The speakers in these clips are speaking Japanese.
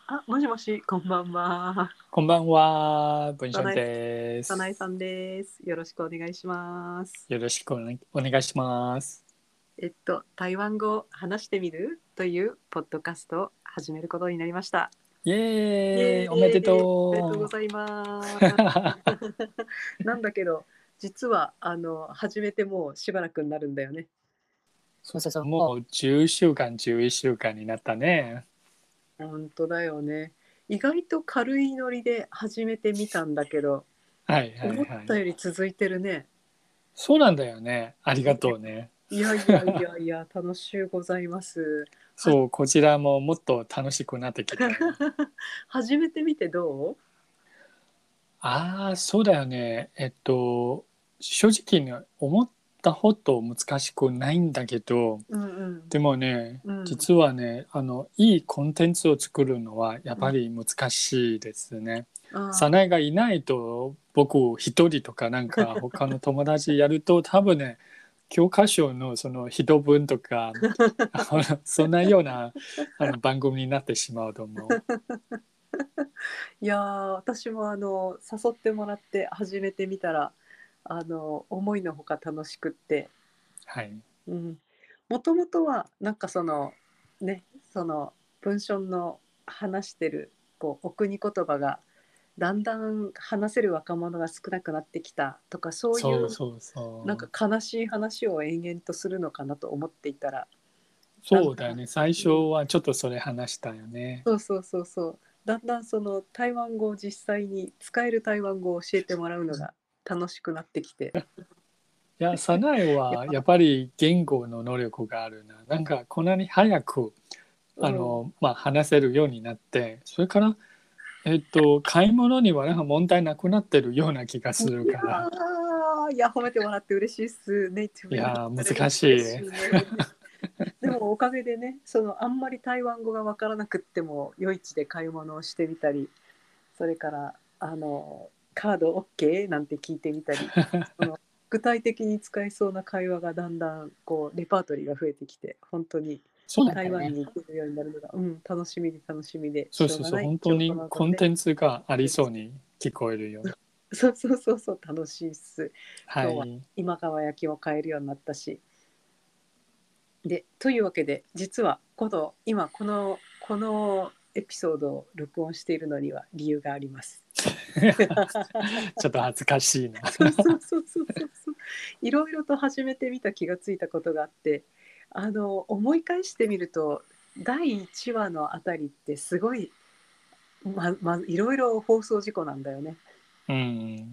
あ、もしもし、こんばんは。 こんばんは、文さな春です。 さんです。よろしくお願いします。 よろしくお願いします。 台湾語を話してみるというポッドキャストを始めることになりました。 イイエエーイ、おめでーイ、おめでとうごとう。 ざいます。なんだけど、実は始めてもうしばらくになるんだよね。 そう、もう10週間、11週間になったね。 本当だよね。意外と軽いノリで始めてみたんだけど、 はいはい思っはい。 たより続いてるね。 そうなんだよね。ありがとうね。 いやいやいやいや、楽しゅうございます。はそう、こちらももっと楽しくなってきたよ。 始めてみてどああ、そうだよね。正直ね、思ったほど難しくないんだけど、 う？うんでもね、 うんうん実はね、いいコンテンツを作るのはやっうん。 ぱり難しいですね。早あ苗がいないと僕一人とかなんか他の友達やると多分ね、教科書のその一文とか、そんなような番組になってしまうと思う。 いや私も誘ってもらって始めてみたら思いのほか楽しくって、 はい。 うん、もともとはなんかねその文章の話してるお国言葉がだんだん話せる若者が少なくなってきたとか、そういうそうそうなんそう。 か悲しい話を延々とするのかなと思っていたら、だんだん、 そうだよね。最初うん、 はちょっとそれ話したよね。 そうそうそうそう、だんだんその台湾語を実際に使える台湾語を教えてもらうのが楽しくなってきて、 いや、早苗いや、 はやっぱり言語の能力があるな。なんかこんなに早くうん、 話せるようになって、それから、買い物にはなんか問題なくなってるような気がするから、 いや褒めてもらって嬉しいっす。ネイティブになっいやたら難し嬉い。 しいね。でもおかげでね、あんまり台湾語がわからなくっても夜市で買い物をしてみたり、それからカード OK なんて聞いてみたり、具体的に使えそうな会話がだんだんレパートリーが増えてきて、本当にそうなんだ台湾よね。 に行けるようになるのが、うん、楽しみで楽しみでそうそうそう、 しょうがない本当今日こにコンの頃で。 テンツがありそうに聞こえるよ。 そうそうそうそう、楽しいっす。今日ははい。 今川焼きも買えるようになったし、でというわけで、実は今このエピソードを録音しているのには理由があります。 ちょっと恥ずかしいな。 そうそうそうそうそうそう。いろいろと始めてみた気がついたことがあって、思い返してみると、第1話のあたりってすごい、いろいろ放送事故なんだよね。 うん。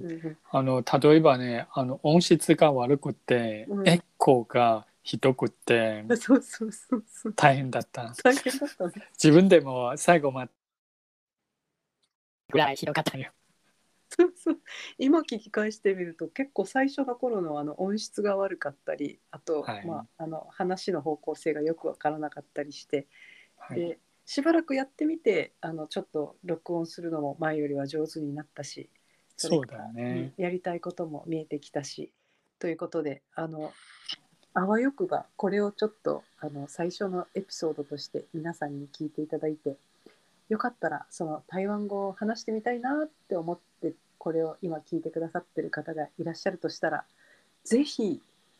うん例えばね、音質が悪くて、 うん、 エコーがひどくてうん、そうそうそうそう、 大変だった。 大変だったね。 自分でも最後までぐらいひどかったよ。 そうそう、今聞き返してみると結構最初の頃の音質が悪かったり、あと、 はい。 話の方向性がよくわからなかったりして、 はい。 でしばらくやってみてちょっと録音するのも前よりは上手になったし、それそうだから、 よね。 やりたいことも見えてきたし、ということであわよくばこれをちょっと最初のエピソードとして皆さんに聞いていただいて、よかったらその台湾語を話してみたいなって思ってこれを今聞いてくださってる方がいらっしゃるとしたら、ぜひ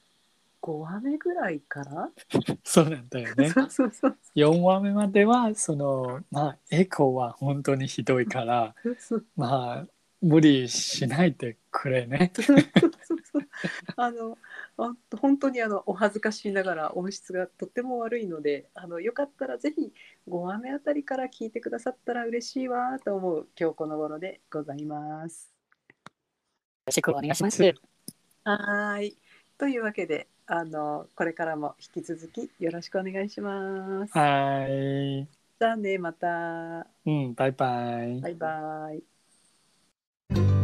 5話目ぐらいからそうなんだよね。 そうそうそう 4話目までは、エコーは本当にひどいから、 そうそう無理しないでくれね。 そうそうそう、あの本当にお恥ずかしいながら音質がとっても悪いので、よかったらぜひ5話目あたりから聞いてくださったら嬉しいわと思う今日この頃でございます。 よろしくお願いします。 はい。というわけで、これからも引き続きよろしくお願いします。 はい。 じゃあね、また。 うん、バイバイ。 バイバイ。